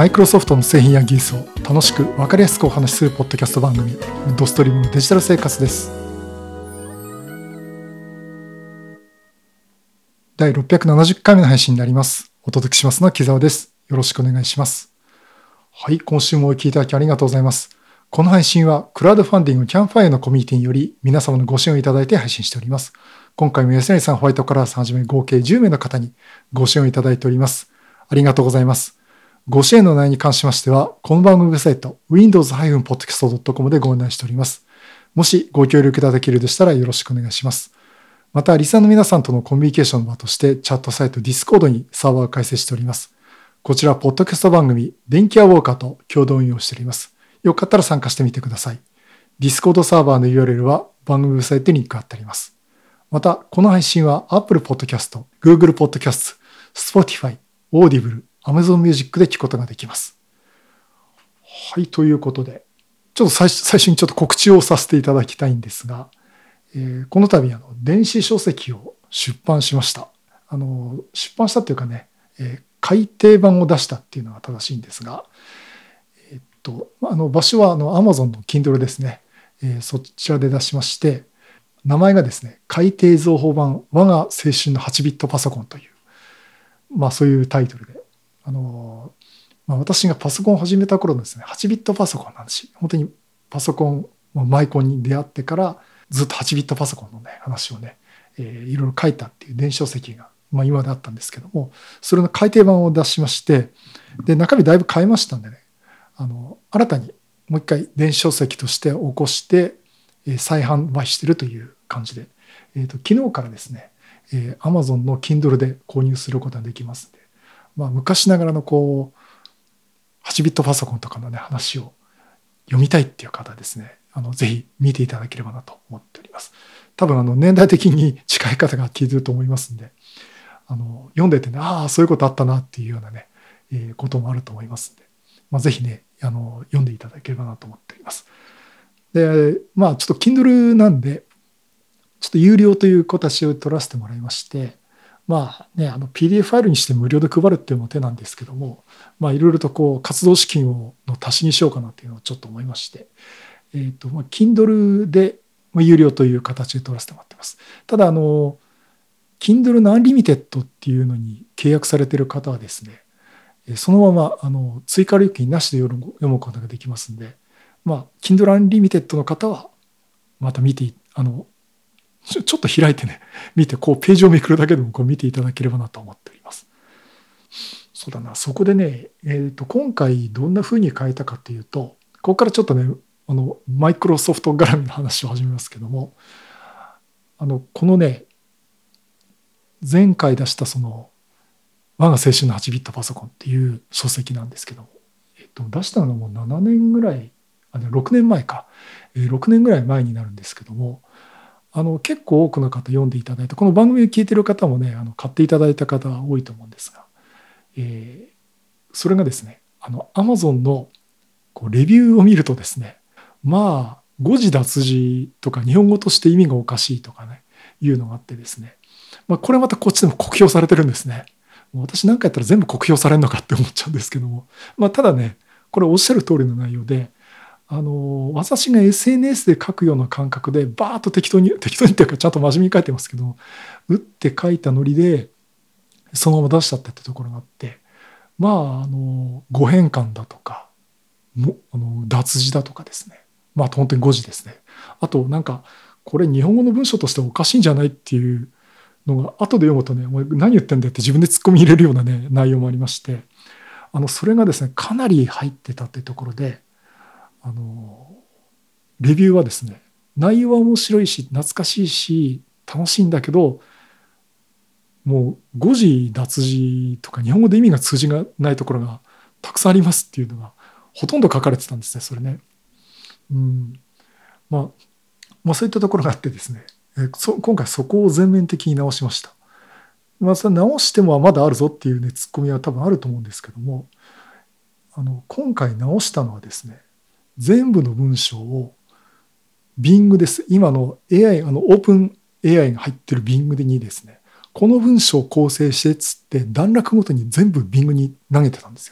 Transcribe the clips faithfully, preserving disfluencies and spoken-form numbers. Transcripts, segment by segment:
マイクロソフトの製品や技術を楽しく分かりやすくお話しするポッドキャスト番組、ウッドストリームのデジタル生活です。だいろっぴゃくななじゅっかいめの配信になります。お届けしますのは木澤です。よろしくお願いします。はい、今週もお聞きいただきありがとうございます。この配信はクラウドファンディングキャンファイアのコミュニティにより皆様のご支援をいただいて配信しております。今回も安成さん、ホワイトカラーさんはじめ合計じゅうめいの方にご支援をいただいております。ありがとうございます。ご支援の内容に関しましては、この番組ウェブサイト ウィンドウズ ポッドキャスト ドットコム でご案内しております。もしご協力いただけるでしたらよろしくお願いします。また、リスナーの皆さんとのコミュニケーションの場としてチャットサイト Discord にサーバーを開設しております。こちら、ポッドキャスト番組電気屋ウォーカーと共同運用しております。よかったら参加してみてください。Discord サーバーの ユーアールエル は番組ウェブサイトにリンク貼ってあります。また、この配信は Apple Podcast、Google Podcast、Spotify、Audible、Amazon Music で聞くことができます。はい、ということで、ちょっと最初、最初にちょっと告知をさせていただきたいんですが、えー、この度あの電子書籍を出版しました。あの出版したっていうかね、えー、改訂版を出したっていうのが正しいんですが、えー、っとあの場所はあの Amazon の Kindle ですね、えー、そちらで出しまして、名前がですね、改訂増法版我が青春のはちビットパソコンという、まあそういうタイトルで、あのまあ、私がパソコンを始めた頃のですね、はちビットパソコンなんです。本当にパソコン、マイコンに出会ってからずっとはちビットパソコンのね、話をね、えー、いろいろ書いたっていう電子書籍が、まあ、今まであったんですけども、それの改訂版を出しまして、で、中身だいぶ変えましたんでね、あの、新たにもう一回電子書籍として起こして、えー、再販売しているという感じで、えーと、昨日からですね、えー、Amazon の Kindle で購入することができますので、まあ、昔ながらのこう、はちビットパソコンとかのね、話を読みたいっていう方ですね、あの、ぜひ見ていただければなと思っております。多分、あの、年代的に近い方が聞いてると思いますんで、あの、読んでてね、ああ、そういうことあったなっていうようなね、えー、こともあると思いますんで、まあ、ぜひね、あの、読んでいただければなと思っております。で、まあ、ちょっと Kindle なんで、ちょっと有料という形を取らせてもらいまして、まあね、あの ピーディーエフ ファイルにして無料で配るっていうのも手なんですけども、まあいろいろとこう活動資金をの足しにしようかなっていうのをちょっと思いまして、えっと、まあ Kindle で有料という形で取らせてもらってます。ただあの、Kindle の Unlimited っていうのに契約されている方はですね、そのままあの追加料金なしで読むことができますんで、まあ Kindle Unlimited の方はまた見て、あの、ちょっと開いてね、見て、こう、ページをめくるだけでもこう見ていただければなと思っております。そうだな、そこでね、えっと、今回どんな風に変えたかっていうと、ここからちょっとね、あの、マイクロソフト絡みの話を始めますけども、あの、このね、前回出したその、我が青春のはちビットパソコンっていう書籍なんですけども、えっと、出したのがもうななねんぐらい、あ、ろくねんまえか、ろくねんぐらい前になるんですけども、あの結構多くの方読んでいただいて、この番組を聞いている方もね、あの買っていただいた方が多いと思うんですが、えー、それがですね、あの Amazon のこうレビューを見るとですね、まあ誤字脱字とか日本語として意味がおかしいとかね、いうのがあってですね、まあ、これまたこっちでも酷評されてるんですね。もう私なんかやったら全部酷評されるのかって思っちゃうんですけども、まあ、ただね、これおっしゃる通りの内容で、あの私が エスエヌエス で書くような感覚でバーッと適当に適当にっていうかちゃんと真面目に書いてますけど、打って書いたノリでそのまま出しちゃったってところがあって、まああの誤変換だとかもあの脱字だとかですね、まあ本当に誤字ですね。あとなんかこれ日本語の文章としておかしいんじゃないっていうのが後で読むとね、お前何言ってんだよって自分で突っ込み入れるようなね内容もありまして、あのそれがですねかなり入ってたっていうところで、あのレビューはですね、内容は面白いし懐かしいし楽しいんだけど、もう誤字脱字とか日本語で意味が通じないところがたくさんありますっていうのがほとんど書かれてたんですね、それね。うん、まあ、まあそういったところがあってですね、えそ今回そこを全面的に直しました。まあそれ直してもまだあるぞっていうねツッコミは多分あると思うんですけども、あの今回直したのはですね、全部の文章をBing です。今の エーアイ、あのオープン エーアイ が入ってる Bing にですね、この文章を構成してっつって段落ごとに全部 Bing に投げてたんですよ。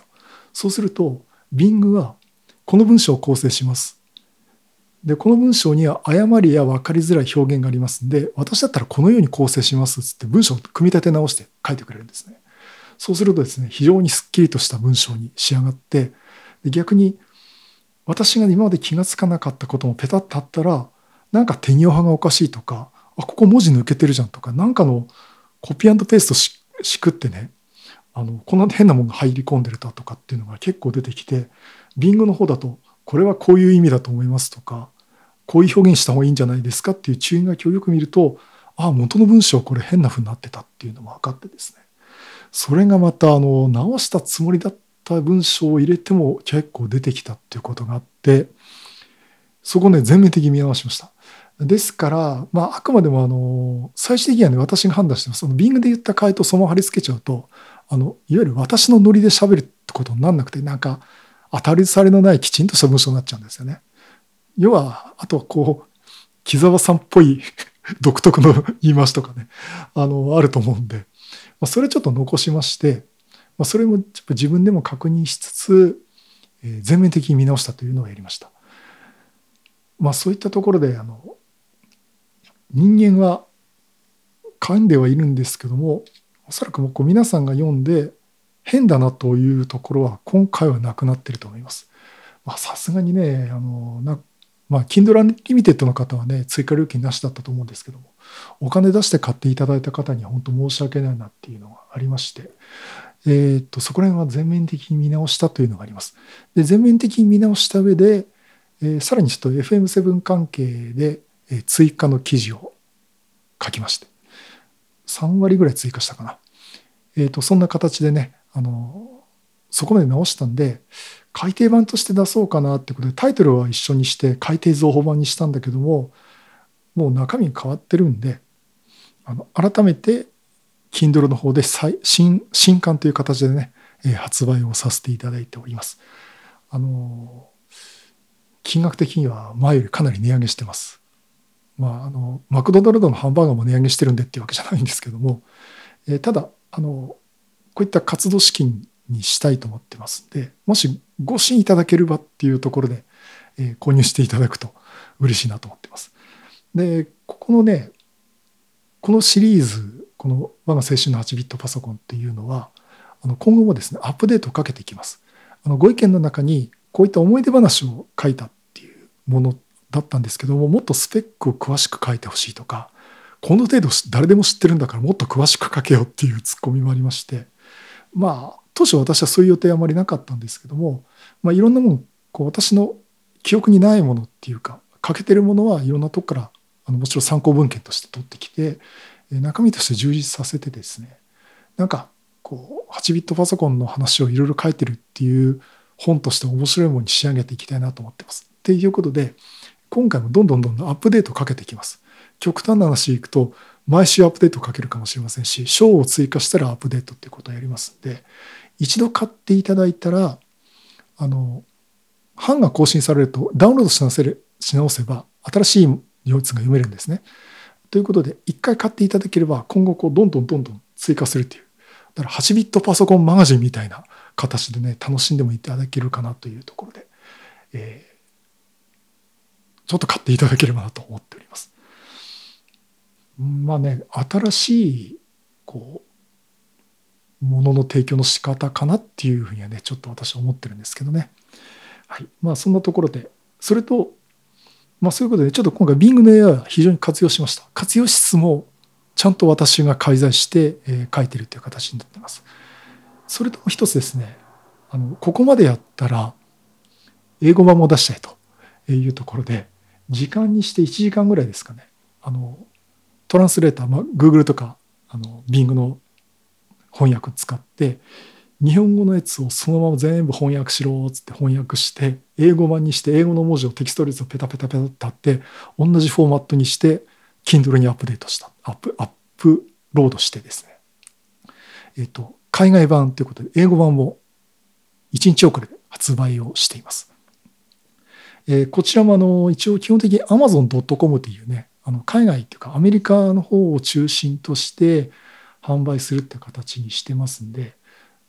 そうすると Bing がこの文章を構成します。で、この文章には誤りや分かりづらい表現がありますんで、私だったらこのように構成しますっつって文章を組み立て直して書いてくれるんですね。そうするとですね、非常にすっきりとした文章に仕上がって、で逆に私が今まで気がつかなかったこともペタッとあったら、なんか手におはがおかしいとか、あ、ここ文字抜けてるじゃんとか、なんかのコピーペーストししくってね、あのこんな変なものが入り込んでるだとかっていうのが結構出てきて、Bing の方だとこれはこういう意味だと思いますとか、こういう表現した方がいいんじゃないですかっていう注意書きをよく見ると、あ、元の文章これ変な風になってたっていうのも分かってですね、それがまたあの直したつもりだった文章を入れても結構出てきたっていうことがあって、そこをね全面的に見直しました。ですから、まあ、あくまでもあの最終的にはね私が判断してます。その Bing で言った回答をそのまま貼り付けちゃうと、あのいわゆる私のノリで喋るってことにならなくて、なんか当たり障りのないきちんとした文章になっちゃうんですよね。要はあとはこう木澤さんっぽい独特の言い回しとかね、あのあると思うんで、まあ、それちょっと残しまして、まあ、それも自分でも確認しつつ、えー全面的に見直したというのをやりました。まあそういったところであの人間は噛んではいるんですけども、おそらくもうこう皆さんが読んで変だなというところは今回はなくなっていると思います。まあさすがにね、あのなまあ Kindle Unlimited の方はね追加料金なしだったと思うんですけども、お金出して買っていただいた方には本当申し訳ないなっていうのがありまして、えーっとそこら辺は全面的に見直したというのがあります。で全面的に見直した上で、えーさらにちょっと エフエムセブン 関係で、えー追加の記事を書きまして、さん割ぐらい追加したかな。えーと、そんな形でね、あの、そこまで直したんで、改訂版として出そうかなってことで、タイトルは一緒にして改訂増補版にしたんだけども、もう中身変わってるんで、あの改めて Kindle の方で再新、新刊という形でね、えー発売をさせていただいております。あの、金額的には前よりかなり値上げしてます。まあ、あの、マクドナルドのハンバーガーも値上げしてるんでっていうわけじゃないんですけども、えーただ、あの、こういった活動資金にしたいと思ってますんで、もしご支援いただければっていうところで、えー購入していただくと嬉しいなと思ってます。で、ここのね、このシリーズ、この我が青春のはちビットパソコンっていうのは、あの今後もですね、アップデートをかけていきます。あのご意見の中に、こういった思い出話を書いたっていうものだったんですけども、もっとスペックを詳しく書いてほしいとか、この程度誰でも知ってるんだからもっと詳しく書けよっていうツッコミもありまして、まあ、当初私はそういう予定はあまりなかったんですけども、まあ、いろんなもの、こう私の記憶にないものっていうか、欠けてるものはいろんなとこからあのもちろん参考文献として取ってきて、中身として充実させてですね、なんかこうはちビットパソコンの話をいろいろ書いてるっていう本として面白いものに仕上げていきたいなと思ってます。っていうことで、今回もどんどんどんどんアップデートをかけていきます。極端な話いくと、毎週アップデートをかけるかもしれませんし、章を追加したらアップデートっていうことをやりますんで、一度買っていただいたら、あの、版が更新されるとダウンロードし直せるし直せば、新しい要図が読めるんですね。ということで、一回買っていただければ、今後こうどんどんどんどん追加するっていう。だからはちビットパソコンマガジンみたいな形でね、楽しんでもいただけるかなというところで、えーちょっと買っていただければなと思っております。まあね、新しい、こう、ものの提供の仕方かなっていうふうにはね、ちょっと私は思ってるんですけどね。はい。まあそんなところで、それと、まあそういうことで、ちょっと今回 Bing の エーアイ は非常に活用しました。活用しつつも、ちゃんと私が介在して、えー書いてるという形になっています。それともう一つですね、あの、ここまでやったら、英語版も出したいというところで、時間にしていちじかんぐらいですかね。あの、トランスレーター、まあ、Google とか、あの、Bing の翻訳使って、日本語のやつをそのまま全部翻訳しろっつって翻訳して、英語版にして英語の文字をテキスト列をペタペタペタって貼って、同じフォーマットにして、Kindle にアップデートした。アップ、アップロードしてですね。えっと、海外版ということで、英語版もいちにち遅れで発売をしています。えーこちらもあの、一応基本的に アマゾンドットコム というね、あの海外というかアメリカの方を中心として販売するって形にしてますんで、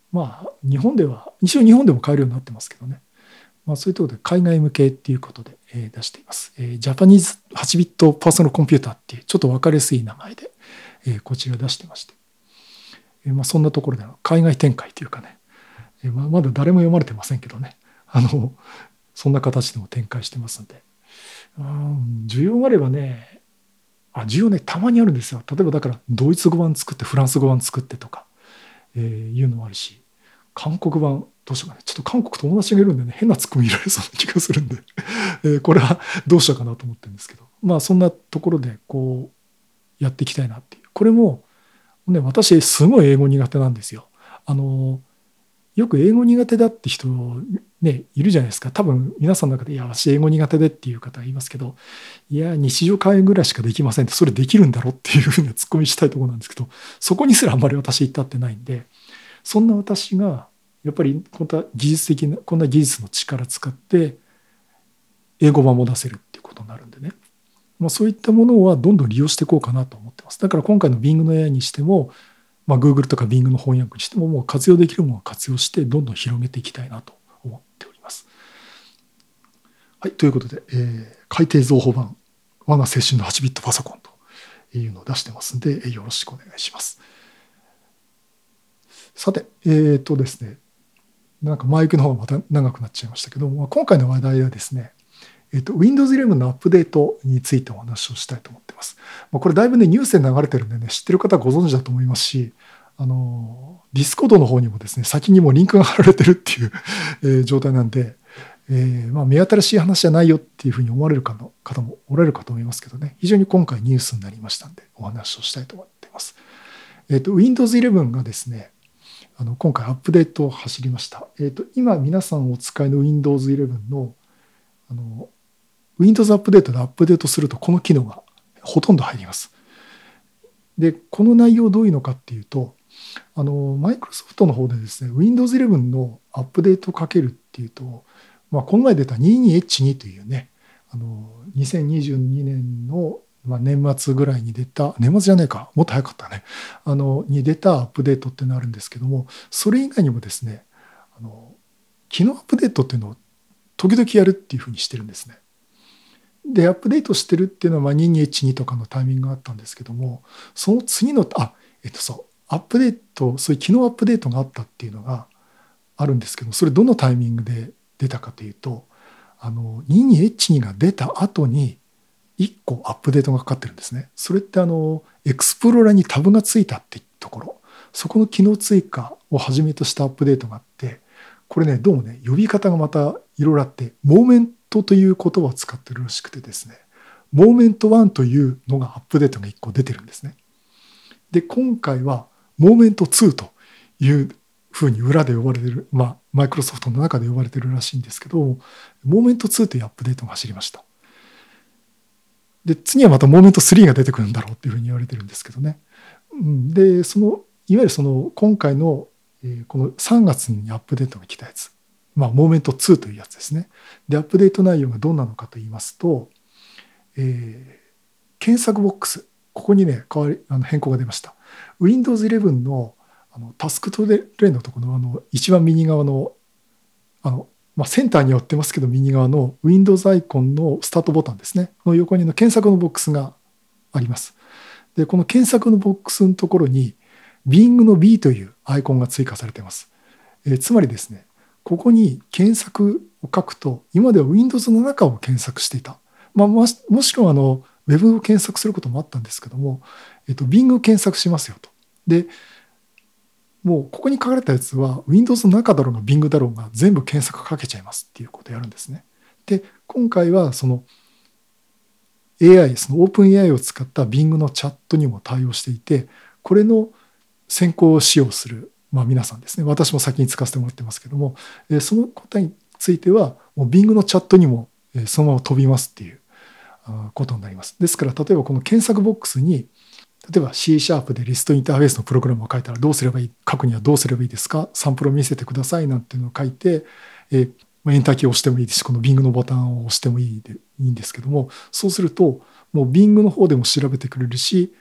まあ、日本では、一応日本でも買えるようになってますけどね。まあ、そういうところで海外向けっていうことで、えー出しています。えー、ジャパニーズはちビットパーソナルコンピューターっていうちょっと分かりやすい名前で、えーこちら出してまして。えーまあ、そんなところでの海外展開というかね、えーまあ、まだ誰も読まれてませんけどね。あの、そんな形でも展開してますんで。うん、需要があればね、あ、需要ね、たまにあるんですよ。例えばだから、ドイツ語版作って、フランス語版作ってとか、えーいうのもあるし、韓国版、どうしようかね。ちょっと韓国友達がいるんでね、変なツッコミ入れられそうな気がするんで、えーこれはどうしようかなと思ってるんですけど、まあそんなところでこうやっていきたいなっていう。これも、ね、私すごい英語苦手なんですよ。あの、よく英語苦手だって人、ね、いるじゃないですか。多分皆さんの中で、いや、私英語苦手でっていう方がいますけど、いや、日常会話ぐらいしかできませんって、それできるんだろうっていうふうなツッコミしたいところなんですけど、そこにすらあんまり私至ってないんで、そんな私が、やっぱりこんな技術的な、こんな技術の力使って、英語版も出せるっていうことになるんでね。まあ、そういったものはどんどん利用していこうかなと思ってます。だから今回の Bing の エーアイ にしても、まあ、Google とか Bing の翻訳にしても、もう活用できるものを活用して、どんどん広げていきたいなと思っております。はい、ということで、えー、改訂増補版、我が青春のはちビットパソコンというのを出してますんで、よろしくお願いします。さて、えっ、ー、とですね、なんかマイクの方がまた長くなっちゃいましたけども、今回の話題はですね、えっと、Windows イレブンのアップデートについてお話をしたいと思っています。まあ、これだいぶね、ニュースで流れてるんでね、知ってる方はご存知だと思いますし、あの、ディスコードの方にもですね、先にもうリンクが貼られてるっていう、えー状態なんで、えーまあ、目新しい話じゃないよっていうふうに思われる方もおられるかと思いますけどね、非常に今回ニュースになりましたんで、お話をしたいと思っています。えっと、Windows イレブンがですね、あの今回アップデートを走りました。えっと、今皆さんお使いの Windows イレブンの、あの、Windows アップデートでアップデートするとこの機能がほとんど入ります。で、この内容どういうのかっていうと、あの、マイクロソフトの方でですね、Windows イレブンのアップデートをかけるっていうと、まあ、この前出た にじゅうにエイチツー というね、あの、にせんにじゅうにねんの、まあ、年末ぐらいに出た、年末じゃないか、もっと早かったね、あの、に出たアップデートっていうのがあるんですけども、それ以外にもですね、あの、機能アップデートっていうのを時々やるっていうふうにしてるんですね。で、アップデートしてるっていうのは、まあ、にじゅうにエイチツー とかのタイミングがあったんですけども、その次の、あ、えっとそう、アップデート、そういう機能アップデートがあったっていうのがあるんですけど、それどのタイミングで出たかというと、あの、にじゅうにエイチツー が出た後に、いっこアップデートがかかってるんですね。それってあの、エクスプローラーにタブがついたってところ、そこの機能追加をはじめとしたアップデートがあって、これね、どうもね、呼び方がまたいろいろあって、モーメントという言葉を使ってるらしくてですね、モーメントワンというのがアップデートがいっこ出てるんですね。で、今回はモーメントツーというふうに裏で呼ばれてる、まあ、マイクロソフトの中で呼ばれてるらしいんですけど、モーメントツーというアップデートが走りました。で、次はまたモーメントスリーが出てくるんだろうっていうふうに言われてるんですけどね。で、その、いわゆるその、今回の、えーこのさんがつにアップデートが来たやつ。まあ、モーメントツーというやつですね。で、アップデート内容がどんなのかと言いますと、えー検索ボックス。ここにね、変わり、あの変更が出ました。Windows イレブンの、あのタスクトレイのところの、あの、一番右側の、あの、まあ、センターに寄ってますけど、右側の Windows アイコンのスタートボタンですね。この横にの検索のボックスがあります。で、この検索のボックスのところに Bing の B というアイコンが追加されています。えーつまりですね、ここに検索を書くと、今までは Windows の中を検索していた。まあ、もしもしくはあの、ウェブを検索することもあったんですけども、えっと、Bing を検索しますよと。で、もうここに書かれたやつは Windows の中だろうが Bing だろうが全部検索かけちゃいますっていうことをやるんですね。で、今回はその エーアイ、そのオープン エーアイ を使った Bing のチャットにも対応していて、これの先行を使用する、まあ、皆さんですね。私も先に使わせてもらってますけども、そのことについては、もう Bing のチャットにもそのまま飛びますっていうことになります。ですから、例えばこの検索ボックスに、例えば C シャープでリストインターフェースのプログラムを書いたらどうすればいい、書くにはどうすればいいですか、サンプルを見せてくださいなんていうのを書いて、えーエンターキーを押してもいいですし、この Bing のボタンを押してもいいでいいんですけども、そうすると、もう Bing の方でも調べてくれるし、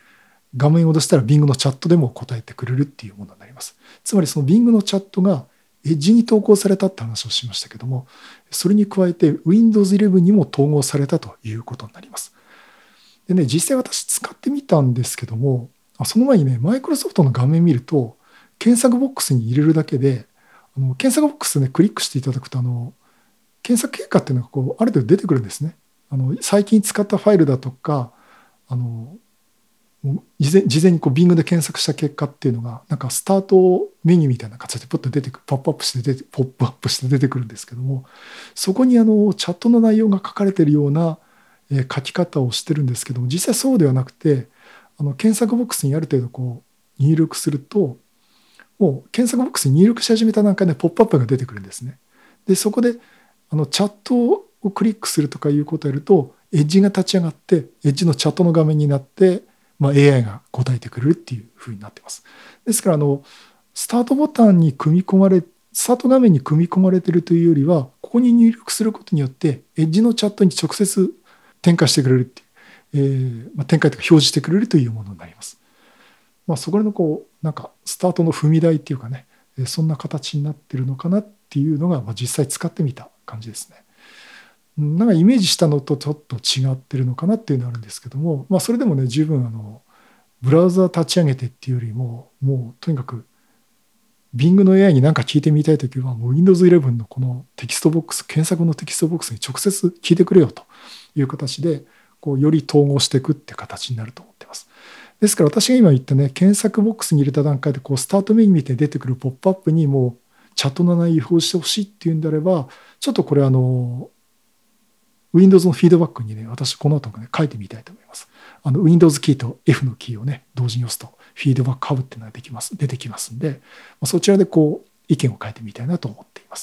画面を出したら Bing のチャットでも答えてくれるっていうものになります。つまりその Bing のチャットが Edge に投稿されたって話をしましたけども、それに加えて ウィンドウズイレブン にも統合されたということになります。でね、実際私使ってみたんですけども、その前にね、マイクロソフトの画面見ると、検索ボックスに入れるだけで、あの検索ボックスね、クリックしていただくと、あの検索結果っていうのがこうある程度出てくるんですね。あの最近使ったファイルだとか、あの事前事前にこう Bing で検索した結果っていうのが、なんかスタートメニューみたいな形でポッと出てくる、ポップアップして出て、ポップアップして出てくるんですけども、そこにあのチャットの内容が書かれているようなえ書き方をしてるんですけども、実際そうではなくて、あの検索ボックスにある程度こう入力すると、もう検索ボックスに入力し始めた段階でポップアップが出てくるんですね。で、そこであのチャットをクリックするとかいうことをやると、エッジが立ち上がって、エッジのチャットの画面になって、まあ、エーアイ が答えてくれるっていう風になっています。ですから、あの、スタートボタンに組み込まれ、スタート画面に組み込まれているというよりは、ここに入力することによって、エッジのチャットに直接展開してくれるっていう、えーまあ、展開というか表示してくれるというものになります。まあ、そこのこう、なんか、スタートの踏み台っていうかね、そんな形になってるのかなっていうのが、まあ、実際使ってみた感じですね。なんかイメージしたのとちょっと違ってるのかなっていうのはあるんですけども、まあ、それでもね、十分あのブラウザ立ち上げてっていうよりも、もうとにかく Bing の エーアイ に何か聞いてみたいときは、もう ウィンドウズイレブン のこのテキストボックス、検索のテキストボックスに直接聞いてくれよという形で、こうより統合していくって形になると思っています。ですから私が今言ったね、検索ボックスに入れた段階でこうスタートメニュー見て出てくるポップアップにもうチャットの内容を表示してほしいっていうんであれば、ちょっとこれあの、Windows のフィードバックにね、私この後ね、書いてみたいと思います。あの、Windows キーと F のキーをね、同時に押すと、フィードバックハブっていうのができます、出てきますんで、そちらでこう、意見を変えてみたいなと思っています。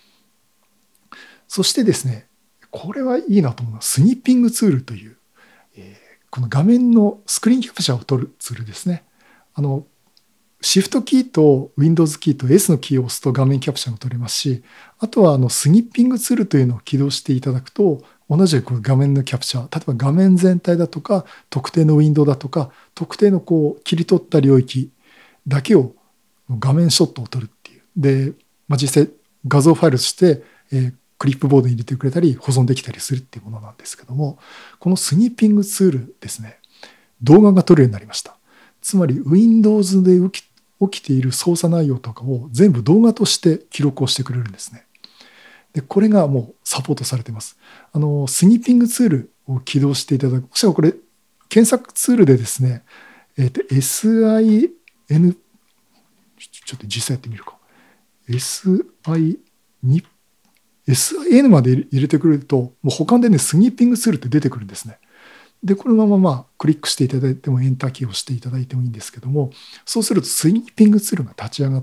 そしてですね、これはいいなと思うのは、スニッピングツールという、えー、この画面のスクリーンキャプチャーを取るツールですね。あの、シフトキーと Windows キーと S のキーを押すと画面キャプチャーが取れますし、あとはあのスニッピングツールというのを起動していただくと、同じく画面のキャプチャー、例えば画面全体だとか、特定のウィンドウだとか、特定のこう切り取った領域だけを画面ショットを撮るっていう。で、まあ、実際画像ファイルとして、えー、クリップボードに入れてくれたり、保存できたりするっていうものなんですけども、このスニッピングツールですね、動画が撮れるようになりました。つまり Windows で起き起きている操作内容とかを全部動画として記録をしてくれるんですね。で、これがもうサポートされています。あの、スニッピングツールを起動していただく。もしくはこれ、検索ツールでですね、えっと、シン、ちょっと実際やってみるか。シン、シン まで入れてくれると、もう他でね、スニッピングツールって出てくるんですね。で、このまままあクリックしていただいてもエンターキーを押していただいてもいいんですけども、そうするとスニッピングツールが立ち上がって、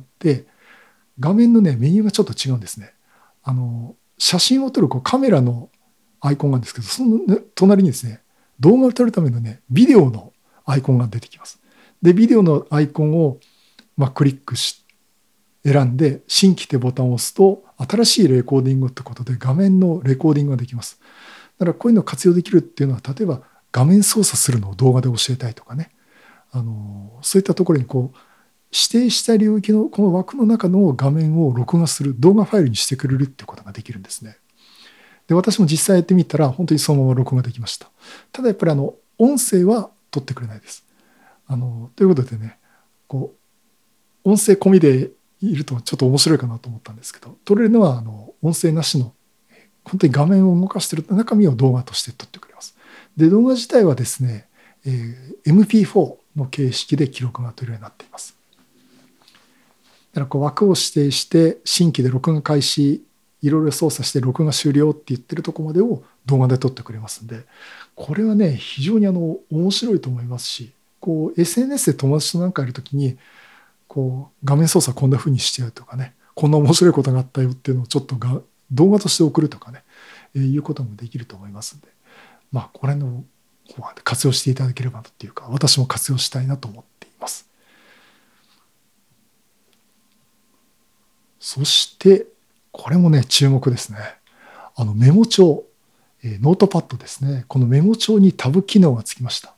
画面のね、メニューがちょっと違うんですね。あの、写真を撮るこうカメラのアイコンがあるんですけど、その、ね、隣にですね、動画を撮るためのね、ビデオのアイコンが出てきます。で、ビデオのアイコンを、まあ、クリックし、選んで、新規ってボタンを押すと、新しいレコーディングってことで画面のレコーディングができます。だからこういうのを活用できるっていうのは、例えば、画面操作するのを動画で教えたいとかね、あのそういったところにこう指定した領域のこの枠の中の画面を録画する動画ファイルにしてくれるっていうことができるんですね。で、私も実際やってみたら本当にそのまま録画できました。ただやっぱりあの音声は取ってくれないです。あのということでね、こう音声込みでいるとちょっと面白いかなと思ったんですけど、撮れるのはあの音声なしの本当に画面を動かしている中身を動画として撮ってくれます。で、動画自体はですね、えー、エムピーフォー の形式で記録が取れるようになっています。だからこう枠を指定して、新規で録画開始、いろいろ操作して録画終了って言ってるところまでを動画で撮ってくれますんで、これはね、非常にあの面白いと思いますし、こう エスエヌエス で友達となんかやるときに、こう画面操作こんな風にしてやるとかね、こんな面白いことがあったよっていうのをちょっとが動画として送るとかね、えー、いうこともできると思いますんで、まあ、これの方は活用していただければっていうか、私も活用したいなと思っています。そして、これもね、注目ですね。あのメモ帳、えー、ノートパッドですね。このメモ帳にタブ機能がつきました。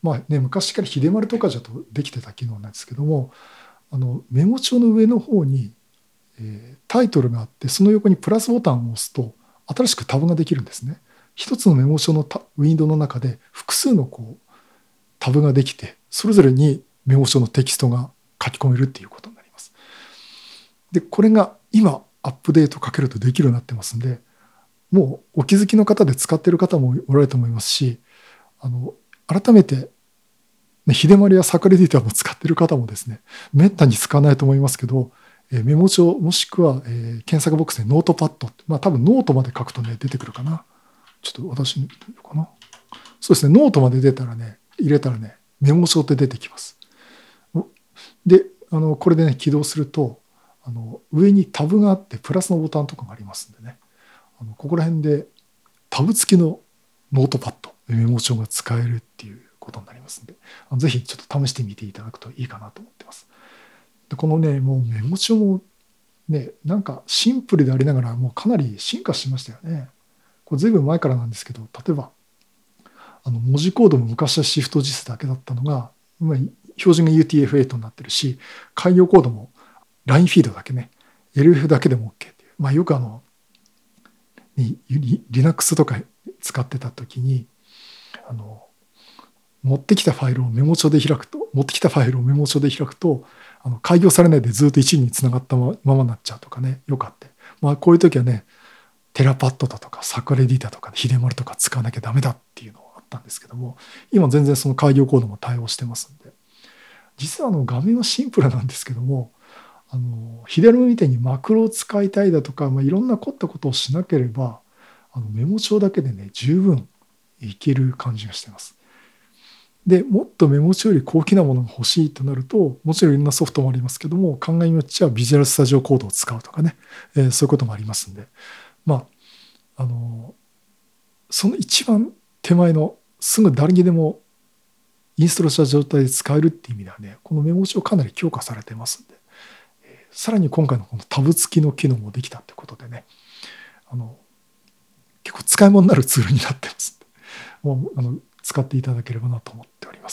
まあね、昔から秀丸とかじゃとできてた機能なんですけども、あのメモ帳の上の方に、えータイトルがあって、その横にプラスボタンを押すと新しくタブができるんですね。一つのメモ帳のタウィンドウの中で複数のこうタブができて、それぞれにメモ帳のテキストが書き込めるっていうことになります。で、これが今アップデートかけるとできるようになってますんで、もうお気づきの方で使っている方もおられると思いますし、あの改めて、ね、秀丸やサクレディターも使っている方もですね、めったに使わないと思いますけど、えーメモ帳もしくは、えー検索ボックスでノートパッド、まあ多分ノートまで書くとね、出てくるかな。ちょっと私にかな。そうですね、ノートまで出たらね、入れたらね、メモ帳って出てきます。で、あのこれでね、起動すると、あの上にタブがあって、プラスのボタンとかがありますんでね、あのここら辺でタブ付きのノートパッド、メモ帳が使えるっていうことになりますので、ぜひちょっと試してみていただくといいかなと思ってます。でこのね、もうメモ帳もね、なんかシンプルでありながら、もうかなり進化しましたよね。これずいぶん前からなんですけど、例えば、あの文字コードも昔はシフトジスだけだったのが、今標準が ユーティーエフエイト になってるし、開業コードも ライン フィードだけね、エルエフ だけでも OK っていう。まあよくあの、Linux とか使ってた時に、あの、持ってきたファイルをメモ帳で開くと、持ってきたファイルをメモ帳で開くと、あの開業されないでずっと一につながったままになっちゃうとかね、よくあって。まあこういう時はね、テラパッドだとかサクレディタとか秀丸とか使わなきゃダメだっていうのがあったんですけども、今全然その開業コードも対応してますんで、実はあの画面はシンプルなんですけども、あの秀丸みたいにマクロを使いたいだとか、まあ、いろんな凝ったことをしなければ、あのメモ帳だけでね、十分いける感じがしてます。で、もっとメモ帳より高機なものが欲しいとなると、もちろんいろんなソフトもありますけども、考えによっちゃビジュアルスタジオコードを使うとかね、えーそういうこともありますんで、まあ、あの、その一番手前のすぐ誰にでもインストールした状態で使えるっていう意味ではね、このメモ帳かなり強化されてますんで、えーさらに今回のこのタブ付きの機能もできたってことでね、あの、結構使い物になるツールになってますんで、もうあの使っていただければなと思っております。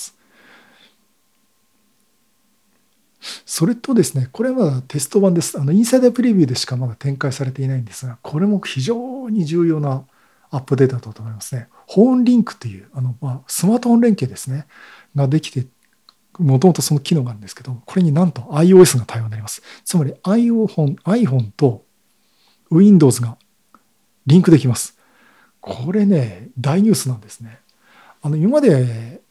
それとですね、これはまだテスト版です。あのインサイダープレビューでしかまだ展開されていないんですが、これも非常に重要なアップデートだと思いますね。ホーンリンクというあの、まあ、スマートフォン連携ですね、ができて、もともとその機能があるんですけど、これになんと iOS が対応になります。つまり iPhone, iPhone と Windows がリンクできます。これね、大ニュースなんですね。あの今まで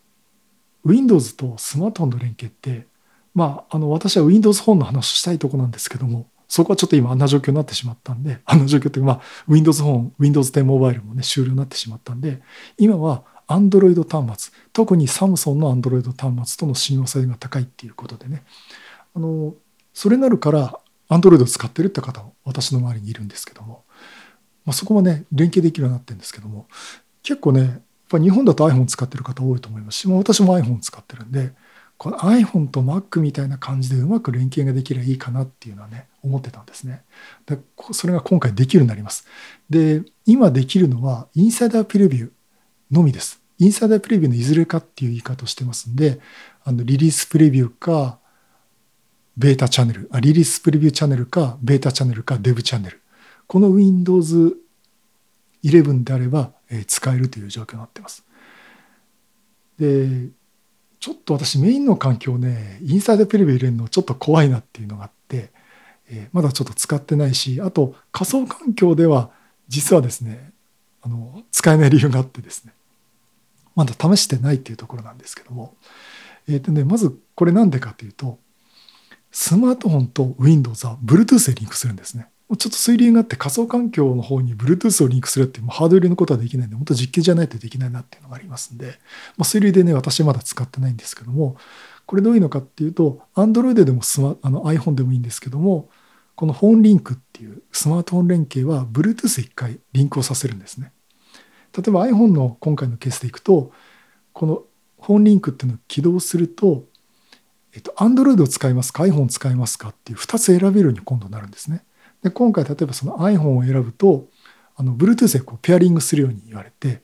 Windows とスマートフォンの連携って、まあ、あの私は Windows フォンの話をしたいところなんですけども、そこはちょっと今あんな状況になってしまったんで、あんな状況って、まあ、Windows フォン、Windows テンモバイルもね、終了になってしまったんで、今は Android 端末、特にサムソンの Android 端末との親和性が高いっていうことでね、あのそれなるから Android を使ってるって方も私の周りにいるんですけども、まあ、そこもね、連携できるようになってるんですけども、結構ね、やっぱ日本だと iPhone 使ってる方多いと思いますし、私も iPhone 使ってるんで、この iPhone と Mac みたいな感じでうまく連携ができればいいかなっていうのはね、思ってたんですね。でそれが今回できるようになります。で、今できるのはインサイダープレビューのみです。インサイダープレビューのいずれかっていう言い方をしてますんで、あのリリースプレビューか、ベータチャンネル、あリリースプレビューチャンネルか、ベータチャンネルか、デブチャンネル。この Windows イレブンであれば、えー使えるという状況になっています。で、ちょっと私メインの環境ね、インサイダープレビュー入れるのちょっと怖いなっていうのがあって、えーまだちょっと使ってないし、あと仮想環境では実はですね、あの使えない理由があってですね、まだ試してないっていうところなんですけども、えーとね、まずこれなんでかというと、スマートフォンと Windows は Bluetooth でリンクするんですね。ちょっと推理があって仮想環境の方に Bluetooth をリンクするっていうハード入れのことはできないんで、本当実験じゃないとできないなっていうのがありますんで、まあ、推理でね、私まだ使ってないんですけども、これどういうのかっていうと、Android でもスマあの iPhone でもいいんですけども、このホーンリンクっていうスマートフォン連携は Bluetooth 一回リンクをさせるんですね。例えば iPhone の今回のケースでいくと、このホーンリンクっていうのを起動すると、えっと、Android を使いますか iPhone を使いますかっていうふたつ選べるように今度なるんですね。で今回例えばその iPhone を選ぶとあの Bluetooth でこうペアリングするように言われて、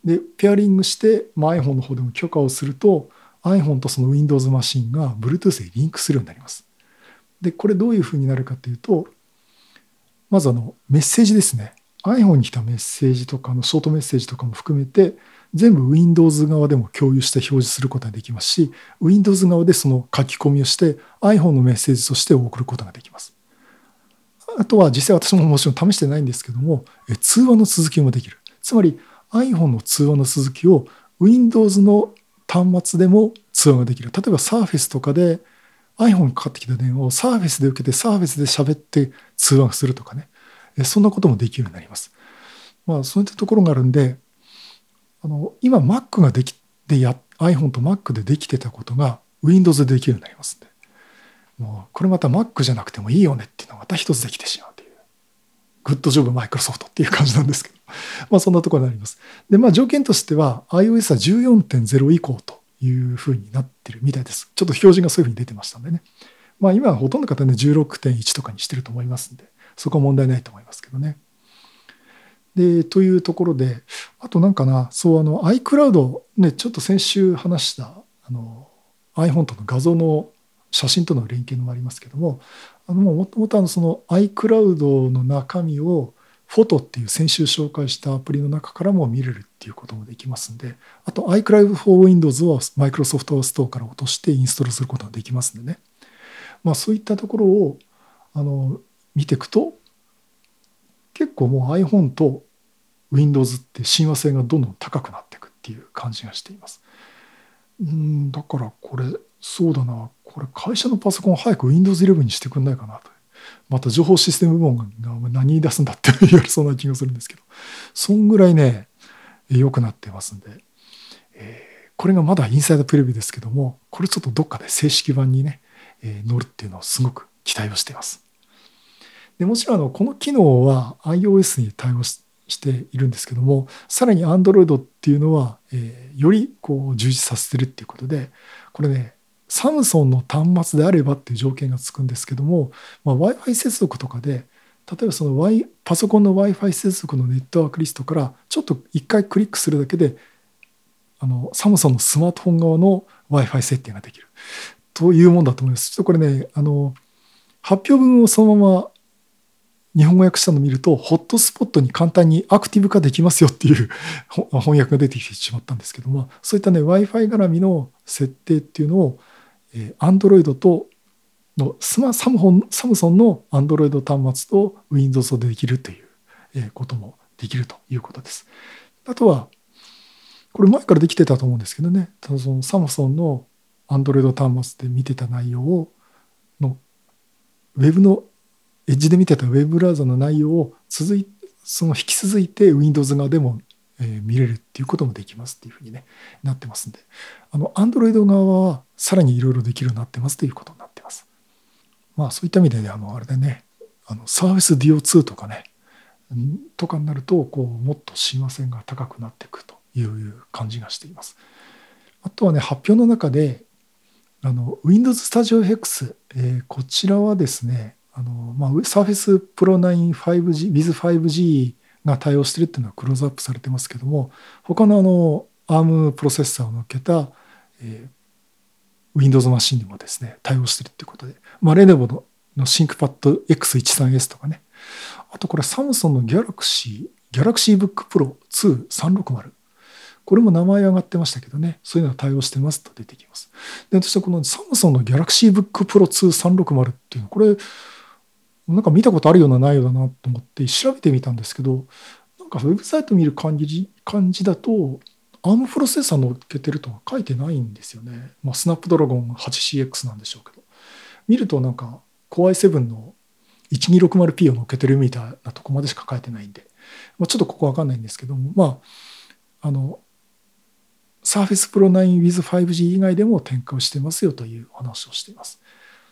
で、ペアリングして、まあ、iPhone の方でも許可をすると、iPhone とその Windows マシンが Bluetooth でリンクするようになります。で、これどういうふうになるかというと、まずあのメッセージですね。iPhone に来たメッセージとかのショートメッセージとかも含めて、全部 Windows 側でも共有して表示することができますし、Windows 側でその書き込みをして iPhone のメッセージとして送ることができます。あとは実際私ももちろん試してないんですけども、通話の続きもできる。つまり iPhone の通話の続きを Windows の端末でも通話ができる。例えば Surface とかで iPhone にかかってきた電話を Surface で受けて Surface で喋って通話するとかね。そんなこともできるようになります。まあそういったところがあるんで、あの今 Mac ができてや iPhone と Mac でできてたことが Windows でできるようになりますんで。もうこれまた Mac じゃなくてもいいよねっていうのがまた一つできてしまうという。グッドジョブマイクロソフトっていう感じなんですけど。まあそんなところになります。で、まあ条件としては iOS は じゅうよんてんゼロ 以降というふうになってるみたいです。ちょっと表示がそういうふうに出てましたんでね。まあ今はほとんどの方ね じゅうろくてんいち とかにしてると思いますんで、そこは問題ないと思いますけどね。で、というところで、あとなんかな、そうあの iCloud ね、ちょっと先週話したあの iPhone との画像の写真との連携もありますけども、あのもともとその iCloud の中身をフォトっていう先週紹介したアプリの中からも見れるっていうこともできますんで、あと iCloud for Windows は Microsoft Store から落としてインストールすることができますんでね。まあそういったところをあの見ていくと、結構もう iPhone と Windows って親和性がどんどん高くなっていくっていう感じがしています。うん、だからこれ、そうだな、これ会社のパソコン早く Windows イレブンにしてくんないかなと。また情報システム部門が何言い出すんだって言われそうな気がするんですけど、そんぐらいね、良くなってますんで、えーこれがまだインサイドプレビューですけども、これちょっとどっかで正式版にね、えー乗るっていうのをすごく期待をしています。でもちろんあのこの機能は iOS に対応ししているんですけども、さらに Android っていうのは、えーよりこう充実させてるっていうことで、これね、サムソンの端末であればっていう条件がつくんですけども、まあ、Wi-Fi 接続とかで、例えばその、y、パソコンの Wi-Fi 接続のネットワークリストからちょっと一回クリックするだけで、あのサムソンのスマートフォン側の Wi-Fi 設定ができるというもんだと思います。ちょっとこれね、あの発表文をそのまま日本語訳したのを見ると、ホットスポットに簡単にアクティブ化できますよっていう翻訳が出てきてしまったんですけども、そういったね、Wi-Fi 絡みの設定っていうのを、えー、Android とのスマサムホンサムソンの Android 端末と Windows でできるという、えー、こともできるということです。あとは、これ前からできてたと思うんですけどね、そのサムソンの Android 端末で見てた内容をのウェブのエッジで見てたウェブブラウザの内容を続いその引き続いて Windows 側でも、えー、見れるっていうこともできますっていうふうに、ね、なってますんで、あの Android 側はさらにいろいろできるようになってますということになってます。まあそういった意味で、ね、あのあれでね、あの Surface ディーオーツー とかね、とかになるとこうもっと親和性が高くなっていくという感じがしています。あとはね、発表の中であの Windows Studio エフエックス、えー、こちらはですね、あのまあ、Surface Pro ナイン ファイブジー with ファイブジー が対応しているっていうのはクローズアップされてますけども、他のあの アーム プロセッサーを乗っけた、えー、Windows マシンにもですね、対応しているっていうことで、まあ、レノボのの ThinkPad エックスじゅうさんエス とかね、あとこれサムソンの Galaxy Galaxy Book Pro ツーさんろくまる、これも名前上がってましたけどね、そういうのは対応してますと出てきます。で、私はこのサムソンの Galaxy Book Pro ツーさんろくまるっていうの、これ、なんか見たことあるようなないようだなと思って調べてみたんですけど、なんかウェブサイト見る感じ感じだと、アーム プロセッサー乗っけてるとは書いてないんですよね。まあ、スナップドラゴン はちシーエックス なんでしょうけど。見るとなんか Core アイセブン の いちにーろくまるピー を乗っけてるみたいなとこまでしか書いてないんで、まあ、ちょっとここわかんないんですけども、まあ、あの、Surface Pro ナイン with ファイブジー 以外でも展開をしてますよというお話をしています。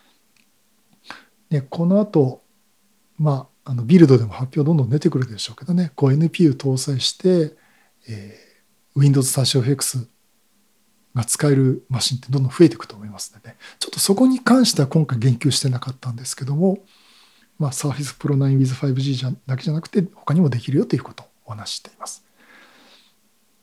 で、この後、まあ、あのビルドでも発表どんどん出てくるでしょうけどね、こう エヌピーユー 搭載して、えー、Windows Studio エフエックス が使えるマシンってどんどん増えていくと思いますので、ね、ちょっとそこに関しては今回言及してなかったんですけども、まあ、Surface Pro ナイン with ファイブジー じゃだけじゃなくて他にもできるよということをお話ししています。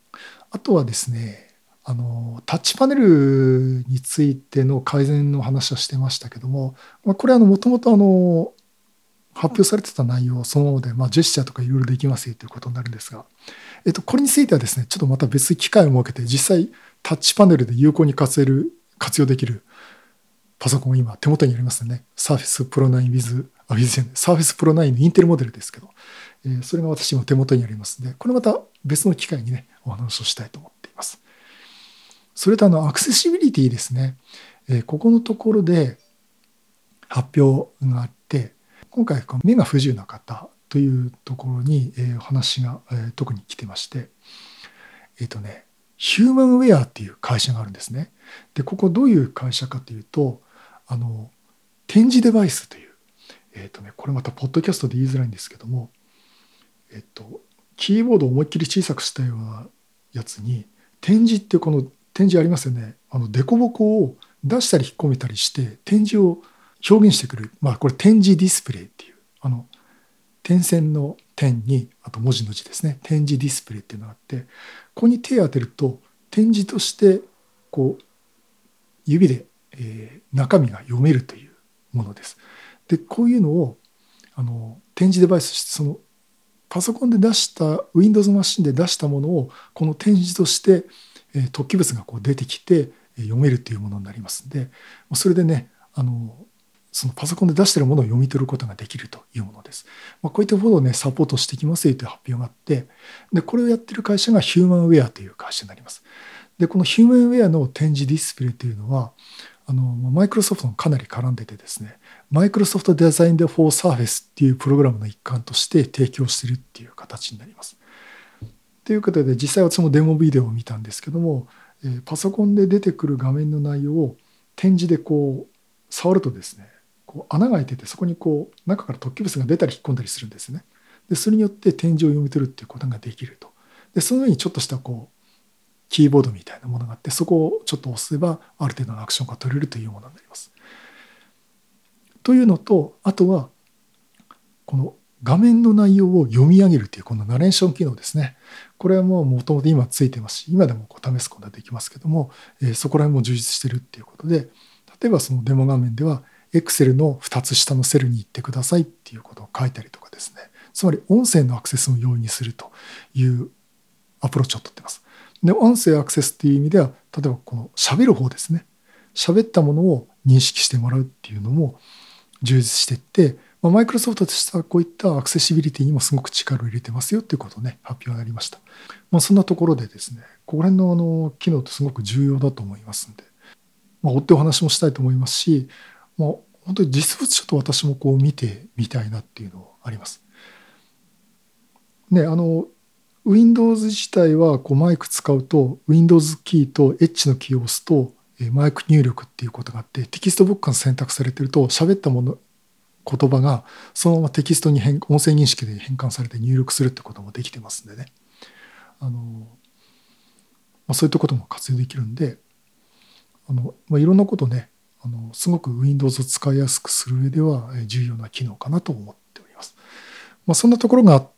あとはですね、あの、タッチパネルについての改善の話はしてましたけども、まあ、これはもともとあの、発表されてた内容そのままで、まあ、ジェスチャーとかいろいろできますよということになるんですが、えっと、これについてはですね、ちょっとまた別に機会を設けて、実際タッチパネルで有効に活用る活用できるパソコンが今手元にありますね。Surface Pro ナイン with、あ、with じゃない、Surface Pro ナインのインテルモデルですけど、えーそれが私今手元にありますので、これまた別の機会にね、お話をしたいと思っています。それとあの、アクセシビリティですね。えーここのところで発表があって、今回目が不自由な方というところに、えー話が、えー特に来てまして、えっとね、ヒューマンウェアっていう会社があるんですね。で、ここどういう会社かというと、あの、展示デバイスという、えっとね、これまたポッドキャストで言いづらいんですけども、えっと、キーボードを思いっきり小さくしたようなやつに、展示ってこの展示ありますよね。あの、凸凹を出したり引っ込めたりして、展示を表現してくる。まあ、これ展示ディスプレイっていう、あの、点線の点に、あと文字の字ですね。展示ディスプレイっていうのがあって、ここに手を当てると、展示として、こう、指で、えー中身が読めるというものです。で、こういうのを、あの、展示デバイスとして、その、パソコンで出した、Windows マシンで出したものを、この展示として、えー突起物がこう出てきて、えー読めるというものになりますので、それでね、あの、そのパソコンで出しているものを読み取ることができるというものです。まあ、こういったものをね、サポートしていきますよという発表があって、で、これをやっている会社がヒューマンウェアという会社になります。で、このヒューマンウェアの展示ディスプレイというのは、あの、マイクロソフトもかなり絡んでてですね、マイクロソフトデザイン for Surface っていうプログラムの一環として提供しているっていう形になります。ということで、実際私もデモビデオを見たんですけども、えーパソコンで出てくる画面の内容を展示でこう、触るとですね、こう穴が開いてて、そこにこう、中から突起物が出たり引っ込んだりするんですね。で、それによって展示を読み取るっていうことができると。で、その上にちょっとしたこう、キーボードみたいなものがあって、そこをちょっと押せば、ある程度のアクションが取れるというものになります。というのと、あとは、この画面の内容を読み上げるというこのナレーション機能ですね。これはもうもともと今ついてますし、今でもこう試すことができますけども、えーそこら辺も充実してるっていうことで、例えばそのデモ画面では、Excel のふたつ下のセルに行ってくださいっていうことを書いたりとかですね。つまり音声のアクセスを容易にするというアプローチをとっています。で、音声アクセスっていう意味では、例えばこの喋る方ですね。喋ったものを認識してもらうっていうのも充実していって、マイクロソフトとしてはこういったアクセシビリティにもすごく力を入れてますよっていうことをね、発表がありました。まあ、そんなところでですね、ここら辺のあの機能ってすごく重要だと思いますんで、まあ、追ってお話もしたいと思いますし、まあ、本当に実物ちょっと私もこう見てみたいなっていうのあります。ね、あの、Windows 自体はこうマイク使うと Windows キーと Edge のキーを押すとマイク入力っていうことがあって、テキストボックスが選択されてると喋ったもの言葉がそのままテキストに変音声認識で変換されて入力するってこともできてますんでね、あの、まあ、そういったことも活用できるんで、あの、まあ、いろんなことね、あのすごく Windows を使いやすくする上では重要な機能かなと思っております。まあ、そんなところがあって、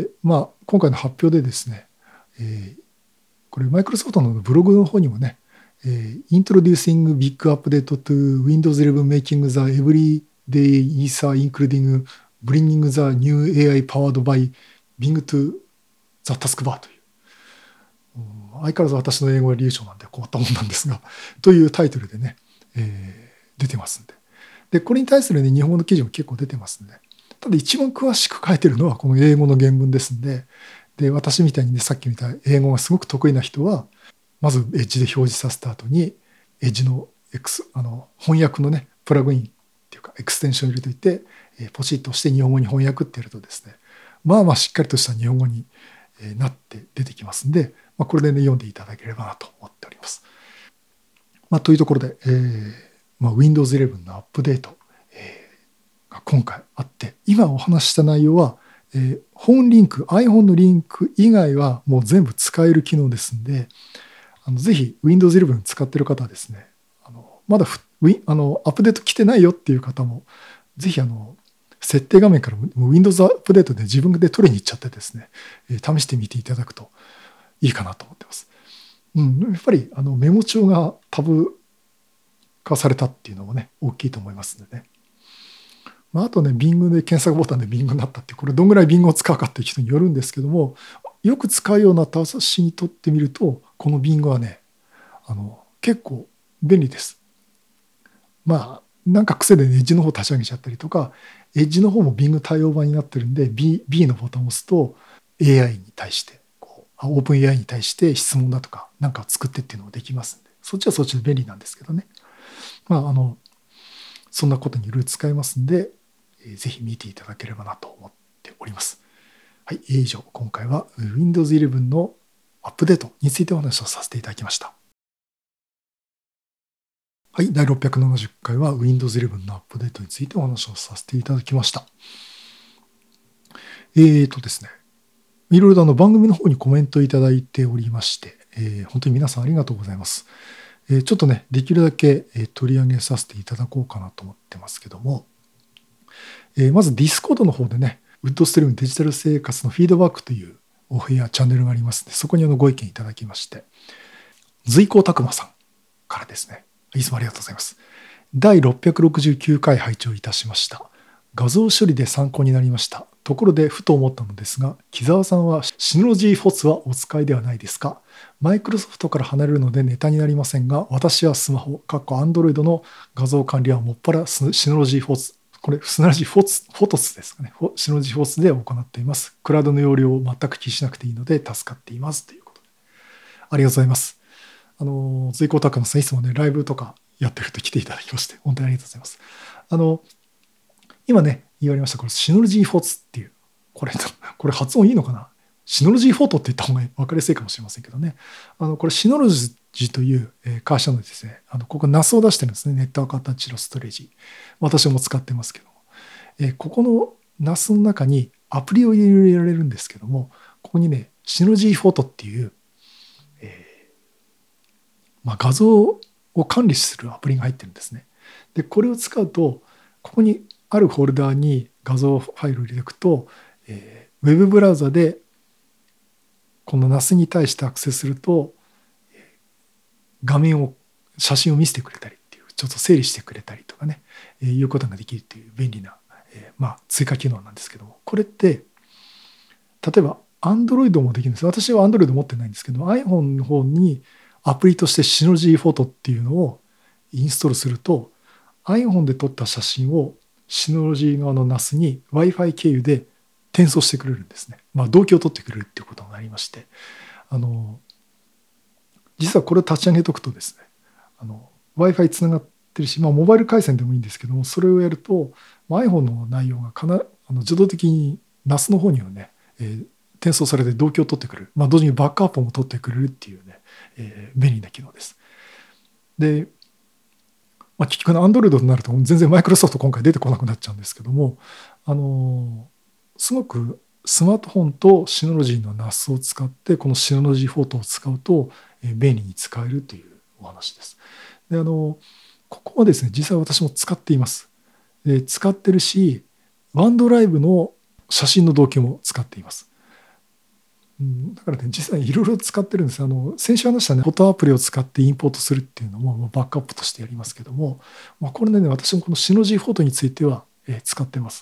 まあ、今回の発表でですね、えー、これマイクロソフトのブログの方にもね、えー、Introducing Big Update to Windows イレブン Making the Everyday Ether Including Bringing the New エーアイ Powered by Bing to the Taskbar という、うん、相変わらず私の英語は流暢なんで困ったもんなんですがというタイトルでね、えー、出てますんで、でこれに対する、ね、日本語の記事も結構出てますんで、ただ一番詳しく書いてるのはこの英語の原文ですんで、で私みたいにね、さっき見た英語がすごく得意な人はまずエッジで表示させた後にエッジの、X、あの翻訳のねプラグインっていうかエクステンションを入れといて、えー、ポチッと押して日本語に翻訳ってやるとですね、まあまあしっかりとした日本語になって出てきますんで、まあ、これでね読んでいただければなと思っております。まあ、というところで、えーまあ、Windows イレブンのアップデート、えー、が今回あって、今お話しした内容は、えー、本リンク iPhone のリンク以外はもう全部使える機能ですんで、あのぜひ Windows イレブン使ってる方はですね、あのまだあのアップデート来てないよっていう方もぜひあの設定画面からも Windows アップデートで自分で取りに行っちゃってですね、えー、試してみていただくといいかなと思ってます。うん、やっぱりあのメモ帳がタブ化されたっていうのもね、大きいと思いますのでね。まあ、あとね、Bing で検索ボタンで Bing になったって、これどんぐらい Bing を使うかっていう人によるんですけども、よく使うような私にとってみると、この Bing はね、あの結構便利です。まあ、なんか癖で、ね、エッジの方立ち上げちゃったりとか、エッジの方も Bing 対応版になってるんで、B、B のボタンを押すと エーアイ に対して、こう、オープン エーアイ に対して質問だとか、なんか作ってっていうのもできますんで、そっちはそっちで便利なんですけどね。まあ、あの、そんなことにいろいろ使えますんで、えーぜひ見ていただければなと思っております。はい、以上、今回は Windows イレブンのアップデートについてお話をさせていただきました。はい、だいろっぴゃくななじゅっかいは Windows イレブンのアップデートについてお話をさせていただきました。えーとですね、いろいろとあの番組の方にコメントいただいておりまして、えー本当に皆さんありがとうございます。えーちょっとね、できるだけえー取り上げさせていただこうかなと思ってますけども、えーまず Discord の方でね、ウッドストリームデジタル生活のフィードバックというお部屋、チャンネルがありますので、そこにあのご意見いただきまして、随光拓馬さんからですね、いつもありがとうございます。だいろっぴゃくろくじゅうきゅうかい拝聴いたしました。画像処理で参考になりました。ところで、ふと思ったのですが、木澤さんはシノロジーフォスはお使いではないですか？マイクロソフトから離れるのでネタになりませんが、私はスマホ、かっこ Android の画像管理はもっぱらシノロジーフォス、これ、シノロジーフォス、フォトスですかね。シノロジーフォスで行っています。クラウドの容量を全く気にしなくていいので助かっています。ということで。ありがとうございます。あの、随光拓馬さん、いつもね、ライブとかやってると来ていただきまして、本当にありがとうございます。あの、今ね、言われました、これ、シノロジーフォトっていう、これ、これ発音いいのかな？シノロジーフォトって言った方が分かりやすいかもしれませんけどね。あの、これ、シノロジーという会社のですね、あの、ここ ナス を出してるんですね。ネットワークアタッチのストレージ。私も使ってますけども。えここの ナス の中にアプリを入れられるんですけども、ここにね、シノロジーフォトっていう、えーまあ、画像を管理するアプリが入ってるんですね。で、これを使うと、ここにあるフォルダーに画像ファイルを入れていくと、えー、ウェブブラウザでこの ナス に対してアクセスすると、画面を、写真を見せてくれたりっていう、ちょっと整理してくれたりとかね、えー、いうことができるっていう便利な、えー、まあ、追加機能なんですけども、これって、例えば Android もできるんです。私は Android 持ってないんですけど、iPhone の方にアプリとしてシノジーフォトっていうのをインストールすると、iPhone で撮った写真をシノロジー側の ナス に Wi-Fi 経由で転送してくれるんですね。まあ、同期を取ってくれるっていうことになりまして、あの、実はこれを立ち上げとくとですね、あの、Wi-Fi つながってるし、まあ、モバイル回線でもいいんですけども、それをやると、まあ、iPhone の内容がかなあの自動的に ナス の方にはね、えー転送されて同期を取ってくれる。まあ、同時にバックアップも取ってくれるっていうね、えー便利な機能です。で、まあ、結局の Android となると全然マイクロソフト今回出てこなくなっちゃうんですけども、あのーすごくスマートフォンとシノロジーの ナス を使ってこのシノロジーフォトを使うと、えー便利に使えるというお話です。で、あのここはですね、実際私も使っています。で、使ってるし、ワンドライブの写真の同期も使っています。うん、だからね、実際いろいろ使ってるんです。あの、先週話したね、フォトアプリを使ってインポートするっていうのも、まあバックアップとしてやりますけども、まあ、これね、私もこのシノジーフォトについては、えー使ってます。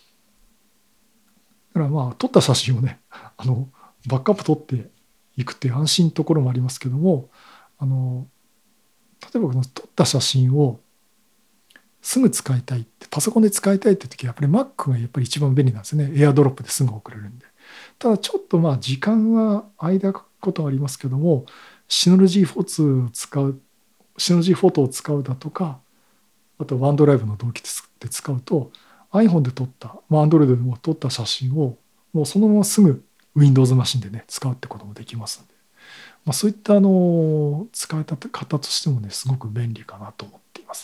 だからまあ、撮った写真をね、あの、バックアップ取っていくっていう安心のところもありますけども、あの、例えばこの撮った写真をすぐ使いたいって、パソコンで使いたいって時は、やっぱり Mac がやっぱり一番便利なんですね。エアドロップですぐ送れるんで。ただちょっとまあ時間は間空くことはありますけども、シノロジーフォトを使う、シノロジーフォトを使うだとか、あとワンドライブの同期で使うと、iPhone で撮った、まあ、Android でも撮った写真を、もうそのまますぐ Windows マシンでね、使うってこともできますので、まあ、そういったあの使い方としてもね、すごく便利かなと思っています。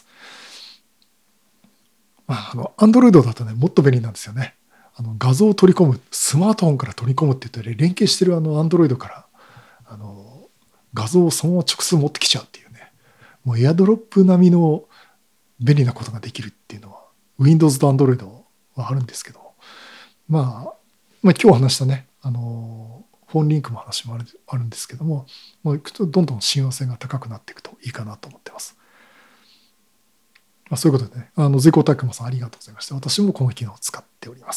まあ、あの、Android だとね、もっと便利なんですよね。あの画像を取り込む、スマートフォンから取り込むって言ったら、連携してるあの Android からあの画像をそのまま直接持ってきちゃうっていうね、もうエアドロップ並みの便利なことができるっていうのは、Windows と Android はあるんですけど、まあ、まあ、今日話したね、あのフォンリンクの話もある、あるんですけども、まあ、いくとどんどん親和性が高くなっていくといいかなと思ってます。まあ、そういうことでね、あの、ゼコタクマさんありがとうございました。私もこの機能を使っております。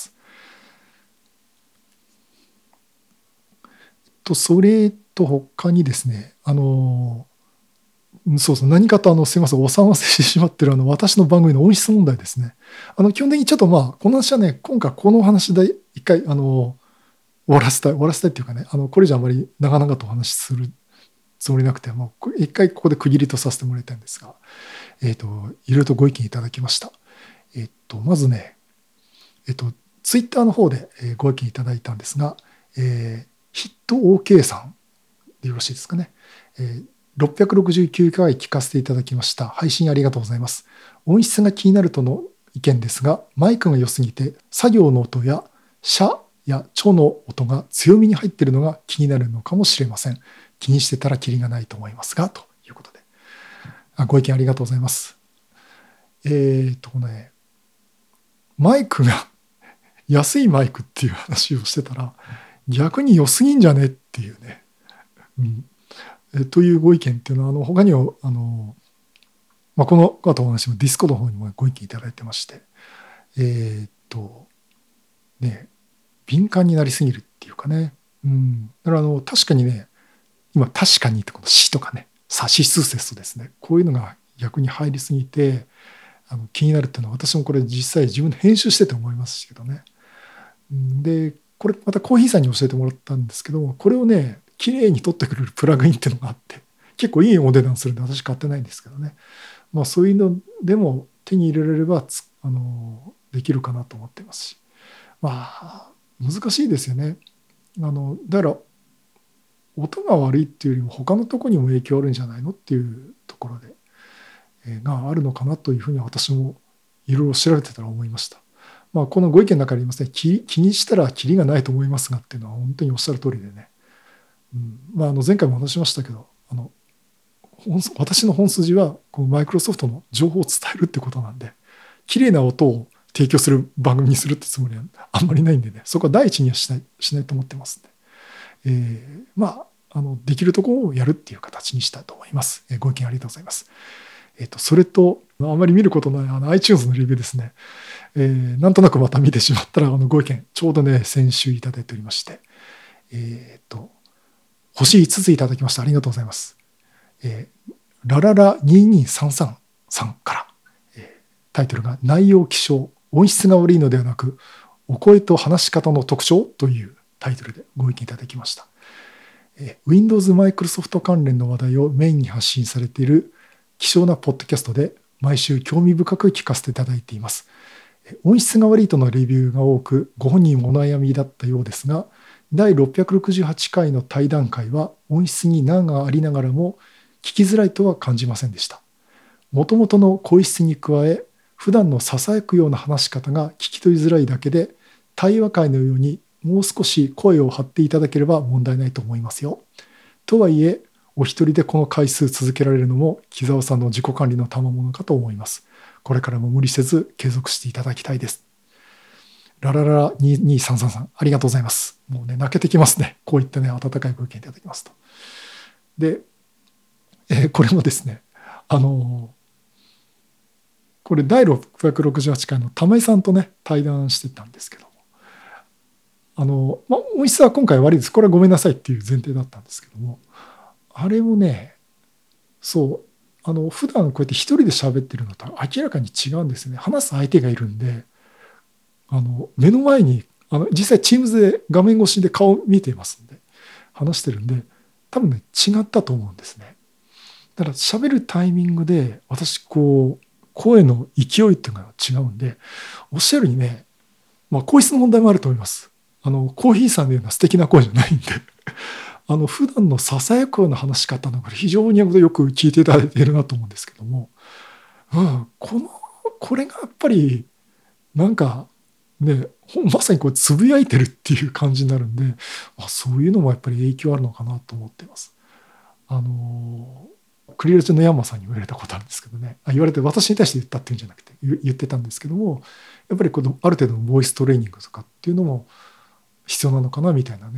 と、それと他にですね、あの、そうそう、何かとあの、すみません、お騒がせしてしまってるあの、私の番組の音質問題ですね。あの、基本的にちょっとまあ、この話はね、今回この話で一回、あの、終わらせたい、終わらせたいっていうかね、あの、これ以上あまり長々とお話しするつもりなくて、もう一回ここで区切りとさせてもらいたいんですが、えっと、いろいろとご意見いただきました。えっと、まずね、えっと、ツイッターの方でご意見いただいたんですが、えー、ヒット OK さんでよろしいですかね。えー、ろっぴゃくろくじゅうきゅうかい聞かせていただきました。配信ありがとうございます。音質が気になるとの意見ですが、マイクが良すぎて、作業の音やシャやチョの音が強めに入っているのが気になるのかもしれません。気にしてたらキリがないと思いますが、ということで。あ、ご意見ありがとうございます。えっとね、マイクが安いマイクっていう話をしてたら、逆に良すぎんじゃねっていうね。うん、えというご意見っていうのは、あの他には、あの、まあ、この後お話もディスコの方にもご意見いただいてまして、えーっと、ね、敏感になりすぎるっていうかね。うん。だからあの、確かにね、今確かにってこの死とかね、サシスセスですね。こういうのが逆に入りすぎて、あの気になるっていうのは私もこれ実際自分で編集してて思いますけどね。で、これまたコーヒーさんに教えてもらったんですけど、これをね、綺麗に取ってくれるプラグインっていうのがあって、結構いいお値段するんで私買ってないんですけどね。まあそういうのでも手に入れられればつあのできるかなと思ってますし。まあ難しいですよね。あのだから音が悪いっていうよりも他のところにも影響あるんじゃないのっていうところで、えーがあるのかなというふうに私もいろいろ調べてたら思いました。まあ、このご意見の中にありますね、気、気にしたらキリがないと思いますがっていうのは本当におっしゃる通りでね。うん、まあ、あの前回も話しましたけど、あの私の本筋はこのマイクロソフトの情報を伝えるってことなんで、綺麗な音を提供する番組にするってつもりはあんまりないんでね、そこは第一にはしない、しないと思ってますんで、えー、まあ、あの、できるところをやるっていう形にしたいと思います。えー、ご意見ありがとうございます。えっと、それと、あまり見ることないあの iTunes のレビューですね。えー、なんとなくまた見てしまったら、あのご意見、ちょうどね、先週いただいておりまして、えっと、星いつついただきました。ありがとうございます。えー、ラララにーにーさんさんさんから、えー、タイトルが内容気象、音質が悪いのではなく、お声と話し方の特徴というタイトルでご意見いただきました。えー、Windows、Microsoft 関連の話題をメインに発信されている希少なポッドキャストで毎週興味深く聞かせていただいています。音質が悪いとのレビューが多く、ご本人もお悩みだったようですが、だいろっぴゃくろくじゅうはちかいの対談会は音質に難がありながらも聞きづらいとは感じませんでした。もともとの声質に加え、普段の囁くような話し方が聞き取りづらいだけで、対話会のようにもう少し声を張っていただければ問題ないと思いますよ。とはいえ、お一人でこの回数続けられるのも木澤さんの自己管理の賜物かと思います。これからも無理せず継続していただきたいです。ララララにーにーさんさんさん、ありがとうございます。もうね、泣けてきますね。こういったね、温かいご意見いただきますと。で、えーこれもですね、あのーこれだいろっぴゃくろくじゅうはちかいの玉井さんとね、対談してたんですけども、あの、まあ、音質は今回悪いです。これはごめんなさいっていう前提だったんですけども、あれもね、そう、あの、普段こうやって一人で喋ってるのと明らかに違うんですよね。話す相手がいるんで、あの、目の前に、あの、実際 Teams で画面越しで顔見ていますんで、話してるんで、多分ね、違ったと思うんですね。だから喋るタイミングで、私、こう、声の勢いっていうのが違うんで、おっしゃるようにね、まあ、声質の問題もあると思います。あの、コーヒーさんのような素敵な声じゃないんで、あの、普段の囁くような話し方なんか非常によく聞いていただいているなと思うんですけども、うん、この、これがやっぱり、なんか、ね、まさにこうつぶやいてるっていう感じになるんで、あ、そういうのもやっぱり影響あるのかなと思っています。あの、クリエイトのヤンマさんに言われたことあるんですけどね、あ、言われて私に対して言ったっていうんじゃなくて言言ってたんですけども、やっぱりこのある程度のボイストレーニングとかっていうのも必要なのかなみたいなね、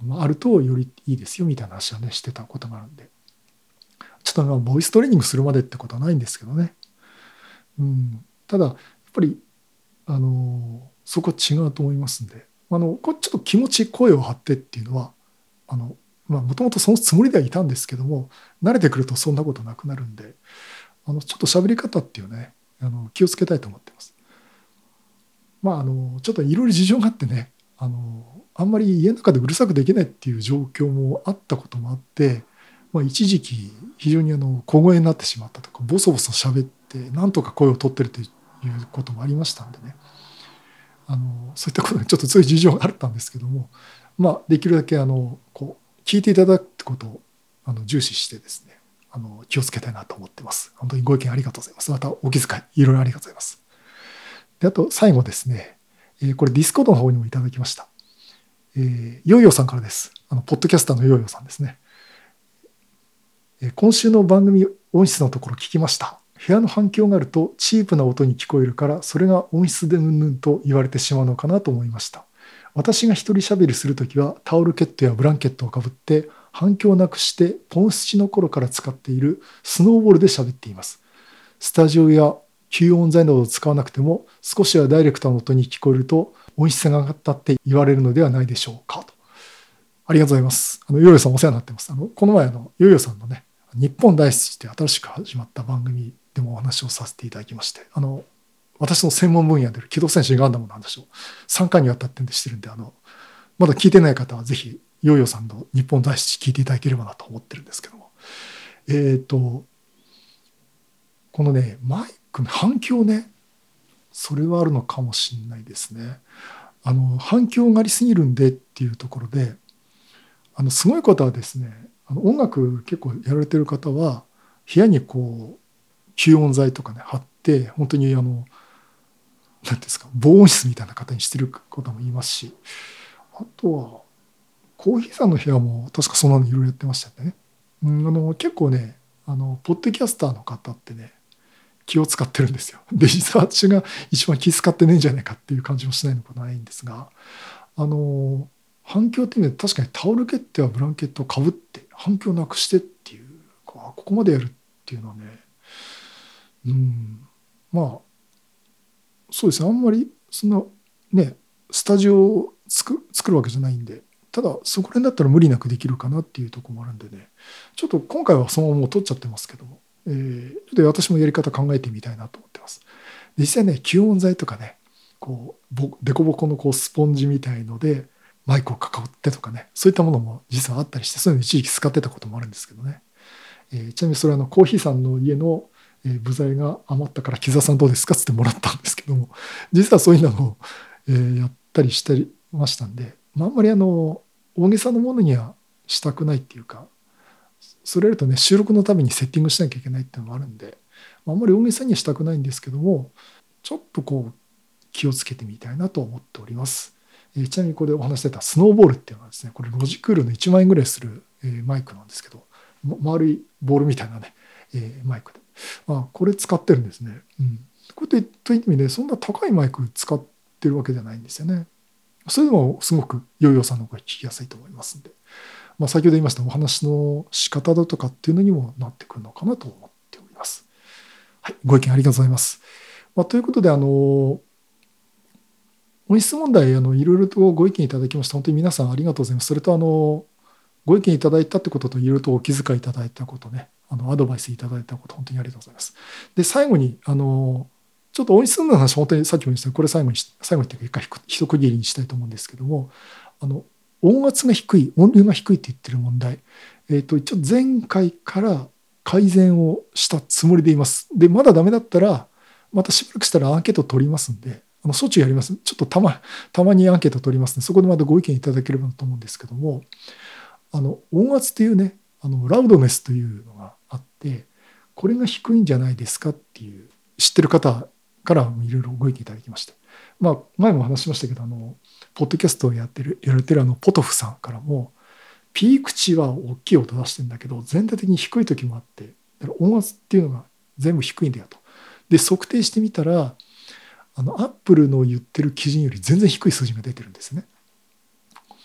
まあ、あるとよりいいですよみたいな話をねしてたことがあるんで、ちょっとまあボイストレーニングするまでってことはないんですけどね。うん、ただやっぱりあのそこは違うと思いますんで、あのこれちょっと気持ち声を張ってっていうのはあのまあもともとそのつもりではいたんですけども、慣れてくるとそんなことなくなるんで、あのちょっと喋り方っていうね、あの気をつけたいと思ってます。まああのちょっといろいろ事情があってね、あのあんまり家の中でうるさくできないっていう状況もあったこともあって、まあ、一時期非常にあの小声になってしまったとか、ボソボソ喋ってなんとか声を取ってるということもありましたんでね、あのそういったことでちょっとそういう事情があったんですけども、まあ、できるだけあのこう聞いていただくことをあの重視してですね、あの気をつけたいなと思ってます。本当にご意見ありがとうございます。またお気遣いいろいろありがとうございます。で、あと最後ですね、えーこれディスコードの方にもいただきました。えー、ヨーヨーさんからです。あのポッドキャスターのヨーヨーさんですね。えー今週の番組音質のところ聞きました。部屋の反響があるとチープな音に聞こえるから、それが音質でうんぬんと言われてしまうのかなと思いました。私が一人喋りするときはタオルケットやブランケットをかぶって反響をなくしてポンスチの頃から使っているスノーボールで喋っています。スタジオや吸音材などを使わなくても少しはダイレクトな音に聞こえると音質が上がったって言われるのではないでしょうかと。ありがとうございます。あのヨーヨーさんお世話になってます。あのこの前あのヨーヨーさんのね、日本大好きって新しく始まった番組でもお話をさせていただきまして、あの私の専門分野である機動戦士ガンダムの話をさんかいにわたってしてるんで、あのまだ聞いてない方はぜひヨーヨーさんの日本大好き聞いていただければなと思ってるんですけども、えっとこのねマイクの反響ね、それはあるのかもしれないですね。あの反響がありすぎるんでっていうところで、あのすごいことはですね、あの音楽結構やられてる方は部屋にこう吸音材とかね貼って本当にあの何ですか防音室みたいな方にしてる方もいますし、あとはコーヒーさんの部屋も確かそんなのいろいろやってましたよね。うん、あの結構ねあのポッドキャスターの方ってね気を使ってるんですよ。で実は私が一番気使ってねえんじゃないかっていう感じもしないのもないんですが、あの反響っていうのは確かにタオルケットやブランケットをかぶって反響なくしてっていうここまでやるっていうのはね、うんまあそうですね、あんまりそんなねスタジオを作作るわけじゃないんで、ただそこら辺だったら無理なくできるかなっていうところもあるんでね、ちょっと今回はそのままもう取っちゃってますけども、えー、ちょっと私もやり方考えてみたいなと思ってます。実際ね吸音材とかねこうぼデコボコのこうスポンジみたいのでマイクをかかってとかね、そういったものも実はあったりして、そういうの一時期使ってたこともあるんですけどね、えー、ちなみにそれはあのコーヒーさんの家のえー部材が余ったから木澤さんどうですかっつってもらったんですけども、実はそういうのを、えーやったりしてましたんで、まあ、あんまりあの大げさなものにはしたくないっていうか、それやるとね収録のためにセッティングしなきゃいけないっていうのもあるんで、あんまり大げさにはしたくないんですけども、ちょっとこう気をつけてみたいなと思っております。えーちなみにこれお話してたスノーボールっていうのはですね、これロジクールのいちまん円ぐらいする、えーマイクなんですけど、ま丸いボールみたいなね、えーマイクで、あ、これ使ってるんですね。うん、こういった意味でそんな高いマイク使ってるわけじゃないんですよね。それでもすごくヨーヨーさんの方が聞きやすいと思いますんで、まあ、先ほど言いましたお話の仕方だとかっていうのにもなってくるのかなと思っております。はい、ご意見ありがとうございます。まあ、ということで、あの音質問題、あのいろいろとご意見いただきまして、本当に皆さんありがとうございます。それとあのご意見いただいたってことと、いろいろとお気遣いいただいたことね、あのアドバイスいただいたこと、本当にありがとうございます。で、最後に、あのちょっと音質の話、本当にさっきも言いましたが、これ最後に、最後にというか、一区切りにしたいと思うんですけども、あの音圧が低い、音量が低いって言ってる問題、えっと、一応前回から改善をしたつもりでいます。で、まだダメだったら、またしばらくしたらアンケート取りますんで、あの、措置やります。ちょっとたま、たまにアンケート取りますので、そこでまたご意見いただければと思うんですけども、あの、音圧っていうね、あの、ラウドネスというのがあって、これが低いんじゃないですかっていう、知ってる方からいろいろご意見いただきまして、まあ、前も話しましたけど、あの、ポッドキャストをやってる、やられてるあの、ポトフさんからも、ピーク値は大きい音出してるんだけど、全体的に低い時もあって、だから音圧っていうのが全部低いんだよと。で、測定してみたら、あの、アップルの言ってる基準より全然低い数字が出てるんですね。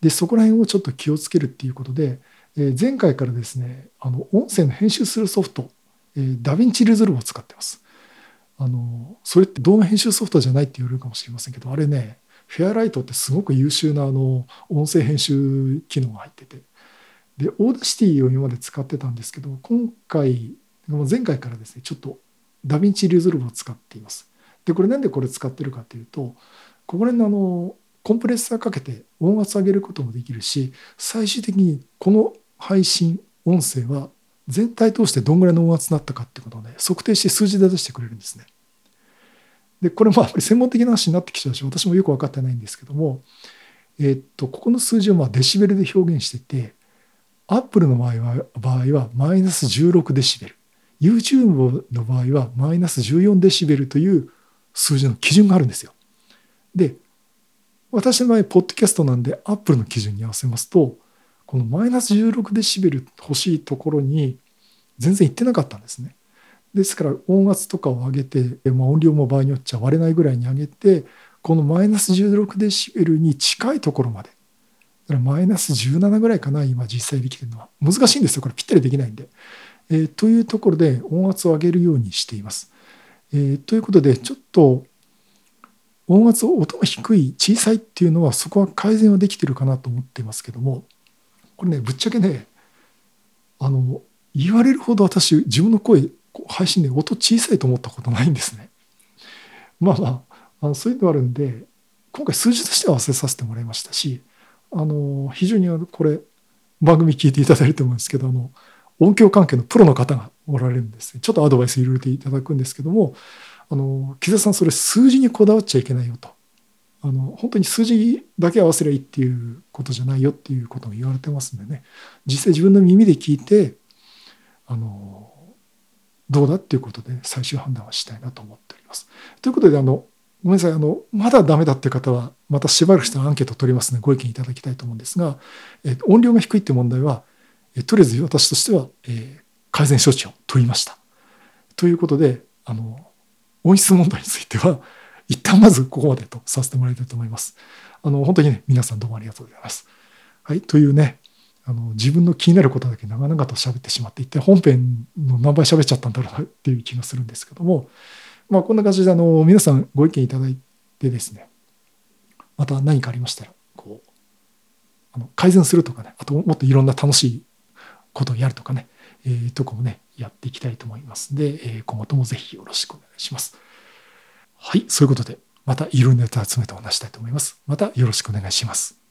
で、そこら辺をちょっと気をつけるっていうことで、えー前回からですね、あの、音声の編集するソフト、えー、ダヴィンチリゾルブを使ってます。あの、それって動画編集ソフトじゃないって言われるかもしれませんけど、あれね、フェアライトってすごく優秀なあの音声編集機能が入ってて、で、オーダーシティを今まで使ってたんですけど、今回、前回からですね、ちょっとダヴィンチリゾルブを使っています。で、これなんでこれ使ってるかというと、ここら辺のあの、コンプレッサーかけて音圧上げることもできるし、最終的にこの配信、音声は全体通してどんぐらいの音圧になったかっていうことをね、測定して数字で出してくれるんですね。で、これもあまり専門的な話になってきちゃうし、私もよく分かってないんですけども、えっと、ここの数字をまあデシベルで表現してて、Apple の場合は、場合はマイナスじゅうろくデシベル、YouTube の場合はマイナスじゅうよんデシベルという数字の基準があるんですよ。で、私の場合、ポッドキャストなんで Apple の基準に合わせますと、このマイナスじゅうろくデシベル欲しいところに全然行ってなかったんですね。ですから音圧とかを上げて、まあ、音量も場合によっちゃ割れないぐらいに上げて、このマイナスじゅうろくデシベルに近いところまで、だからマイナスじゅうななぐらいかな、今実際できてるのは。難しいんですよ、これぴったりできないんで。えー、というところで音圧を上げるようにしています。えー、ということで、ちょっと音圧、音が低い、小さいっていうのは、そこは改善はできてるかなと思っていますけども、これね、ぶっちゃけね、あの、言われるほど私、自分の声、配信で音小さいと思ったことないんですね。まあまあ、あのそういうのがあるんで、今回数字としては忘れさせてもらいましたし、あの、非常にこれ、番組聞いていただいると思うんですけど、あの、音響関係のプロの方がおられるんですね。ちょっとアドバイスいろいろといただくんですけども、あの、木田さん、それ数字にこだわっちゃいけないよと。あの、本当に数字だけ合わせればいいっていうことじゃないよっていうことを言われてますんでね。実際自分の耳で聞いて、あの、どうだっていうことで最終判断はしたいなと思っております。ということで、あの、ごめんなさい、あの、まだダメだっていう方は、またしばらくしたらアンケートを取りますので、ご意見いただきたいと思うんですが、え音量が低いっていう問題は、えとりあえず私としては、えー改善処置を取りました。ということで、あの、音質問題については、一旦まずここまでとさせてもらいたいと思います。あの、本当にね、皆さんどうもありがとうございます。はい、というね、あの自分の気になることだけ長々と喋ってしまっていて、本編の何倍喋っちゃったんだろうなっていう気がするんですけども、まあ、こんな感じであの皆さんご意見いただいてですね、また何かありましたらこうあの改善するとかね、あともっといろんな楽しいことをやるとかね、えー、とこもねやっていきたいと思いますので、えー、今後ともぜひよろしくお願いします。はい、そういうことでまたいろんなネタ集めてお話したいと思います。またよろしくお願いします。